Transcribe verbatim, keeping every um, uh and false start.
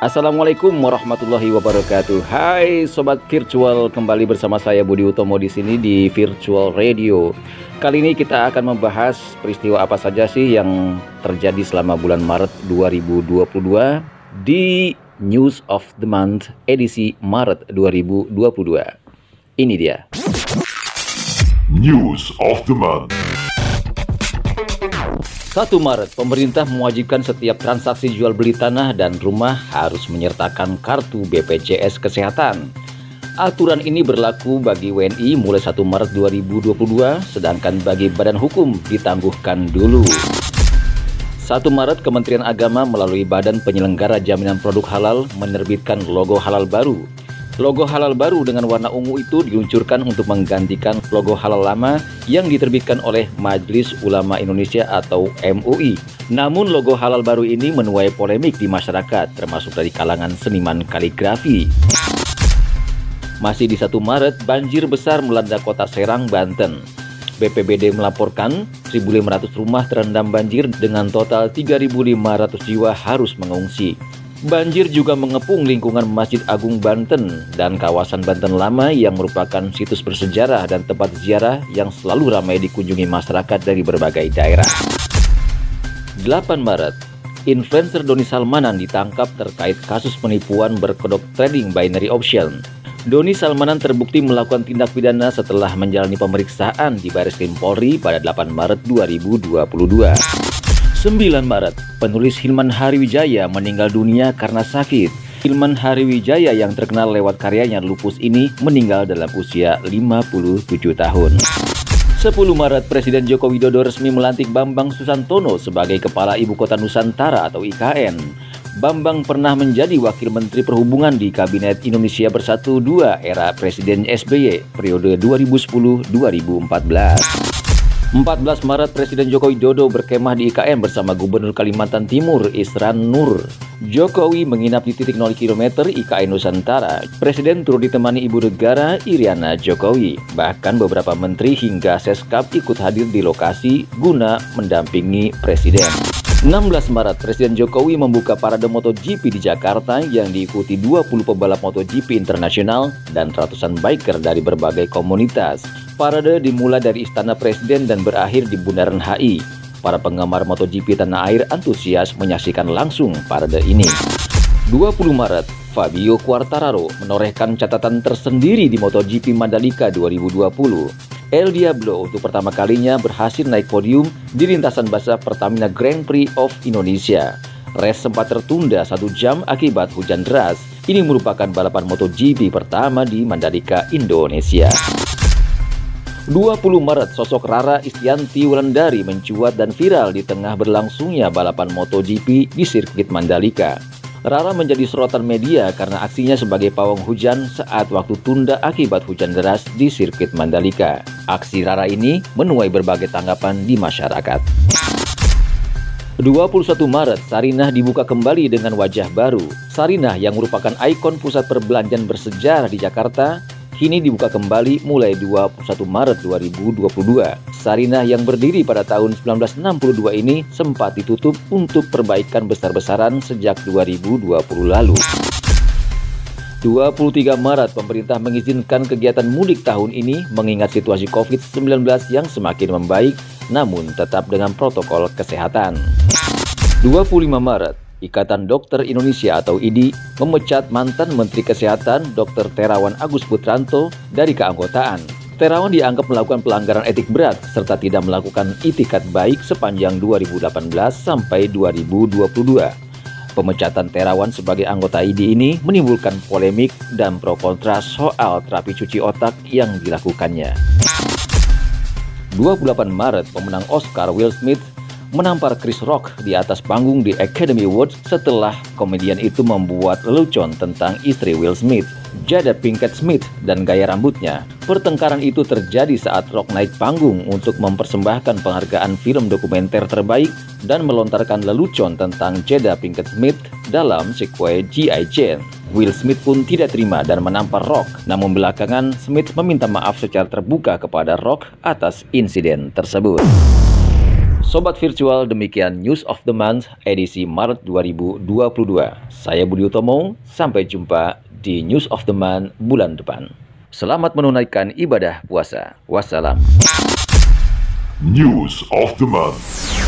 Assalamualaikum warahmatullahi wabarakatuh. Hai sobat virtual, kembali bersama saya Budi Utomo di sini di Virtual Radio. Kali ini kita akan membahas peristiwa apa saja sih yang terjadi selama bulan Maret dua ribu dua puluh dua di News of the Month edisi Maret dua ribu dua puluh dua. Ini dia News of the Month. satu Maret, pemerintah mewajibkan setiap transaksi jual beli tanah dan rumah harus menyertakan kartu B P J S Kesehatan. Aturan ini berlaku bagi W N I mulai satu Maret dua ribu dua puluh dua, sedangkan bagi badan hukum ditangguhkan dulu. satu Maret, Kementerian Agama melalui Badan Penyelenggara Jaminan Produk Halal menerbitkan logo halal baru. Logo halal baru dengan warna ungu itu diluncurkan untuk menggantikan logo halal lama yang diterbitkan oleh Majelis Ulama Indonesia atau M U I. Namun logo halal baru ini menuai polemik di masyarakat, termasuk dari kalangan seniman kaligrafi. Masih di satu Maret, banjir besar melanda kota Serang, Banten. B P B D melaporkan seribu lima ratus rumah terendam banjir dengan total tiga ribu lima ratus jiwa harus mengungsi. Banjir juga mengepung lingkungan Masjid Agung Banten dan kawasan Banten Lama yang merupakan situs bersejarah dan tempat ziarah yang selalu ramai dikunjungi masyarakat dari berbagai daerah. delapan Maret, influencer Doni Salmanan ditangkap terkait kasus penipuan berkedok trading binary option. Doni Salmanan terbukti melakukan tindak pidana setelah menjalani pemeriksaan di Bareskrim Polri pada delapan Maret dua ribu dua puluh dua. sembilan Maret, penulis Hilman Hariwijaya meninggal dunia karena sakit. Hilman Hariwijaya yang terkenal lewat karyanya Lupus ini meninggal dalam usia lima puluh tujuh tahun. sepuluh Maret, Presiden Joko Widodo resmi melantik Bambang Susantono sebagai Kepala Ibu Kota Nusantara atau I K N. Bambang pernah menjadi Wakil Menteri Perhubungan di Kabinet Indonesia Bersatu dua era Presiden S B Y periode dua ribu sepuluh sampai dua ribu empat belas. empat belas Maret, Presiden Joko Widodo berkemah di I K N bersama Gubernur Kalimantan Timur Isran Nur. Jokowi menginap di titik nol kilometer I K N Nusantara. Presiden turut ditemani Ibu Negara Iriana Jokowi. Bahkan beberapa menteri hingga Seskap ikut hadir di lokasi guna mendampingi Presiden. enam belas Maret, Presiden Jokowi membuka parade MotoGP di Jakarta yang diikuti dua puluh pebalap MotoGP internasional dan ratusan biker dari berbagai komunitas. Parade dimulai dari Istana Presiden dan berakhir di Bundaran H I. Para penggemar MotoGP tanah air antusias menyaksikan langsung parade ini. dua puluh Maret, Fabio Quartararo menorehkan catatan tersendiri di MotoGP Mandalika dua ribu dua puluh. El Diablo untuk pertama kalinya berhasil naik podium di lintasan basah Pertamina Grand Prix of Indonesia. Race sempat tertunda satu jam akibat hujan deras. Ini merupakan balapan MotoGP pertama di Mandalika, Indonesia. dua puluh Maret, sosok Rara Istianti Wulandari mencuat dan viral di tengah berlangsungnya balapan MotoGP di sirkuit Mandalika. Rara menjadi sorotan media karena aksinya sebagai pawang hujan saat waktu tunda akibat hujan deras di sirkuit Mandalika. Aksi Rara ini menuai berbagai tanggapan di masyarakat. dua puluh satu Maret, Sarinah dibuka kembali dengan wajah baru. Sarinah yang merupakan ikon pusat perbelanjaan bersejarah di Jakarta kini dibuka kembali mulai dua puluh satu Maret dua ribu dua puluh dua. Sarinah yang berdiri pada tahun seribu sembilan ratus enam puluh dua ini sempat ditutup untuk perbaikan besar-besaran sejak dua ribu dua puluh lalu. dua puluh tiga Maret, pemerintah mengizinkan kegiatan mudik tahun ini mengingat situasi covid sembilan belas yang semakin membaik namun tetap dengan protokol kesehatan. dua puluh lima Maret, Ikatan Dokter Indonesia atau I D I memecat mantan Menteri Kesehatan Dokter Terawan Agus Putranto dari keanggotaan. Terawan dianggap melakukan pelanggaran etik berat serta tidak melakukan itikat baik sepanjang dua ribu delapan belas sampai dua ribu dua puluh dua. Pemecatan Terawan sebagai anggota I D I ini menimbulkan polemik dan pro kontra soal terapi cuci otak yang dilakukannya. dua puluh delapan Maret, pemenang Oscar Will Smith menampar Chris Rock di atas panggung di Academy Awards setelah komedian itu membuat lelucon tentang istri Will Smith, Jada Pinkett Smith, dan gaya rambutnya. Pertengkaran itu terjadi saat Rock naik panggung untuk mempersembahkan penghargaan film dokumenter terbaik dan melontarkan lelucon tentang Jada Pinkett Smith dalam sequel G I Jane. Will Smith pun tidak terima dan menampar Rock, namun belakangan Smith meminta maaf secara terbuka kepada Rock atas insiden tersebut. Sobat virtual, demikian News of the Month edisi Maret dua ribu dua puluh dua. Saya Budi Utomo, sampai jumpa di News of the Month bulan depan. Selamat menunaikan ibadah puasa. Wassalam. News of the Month.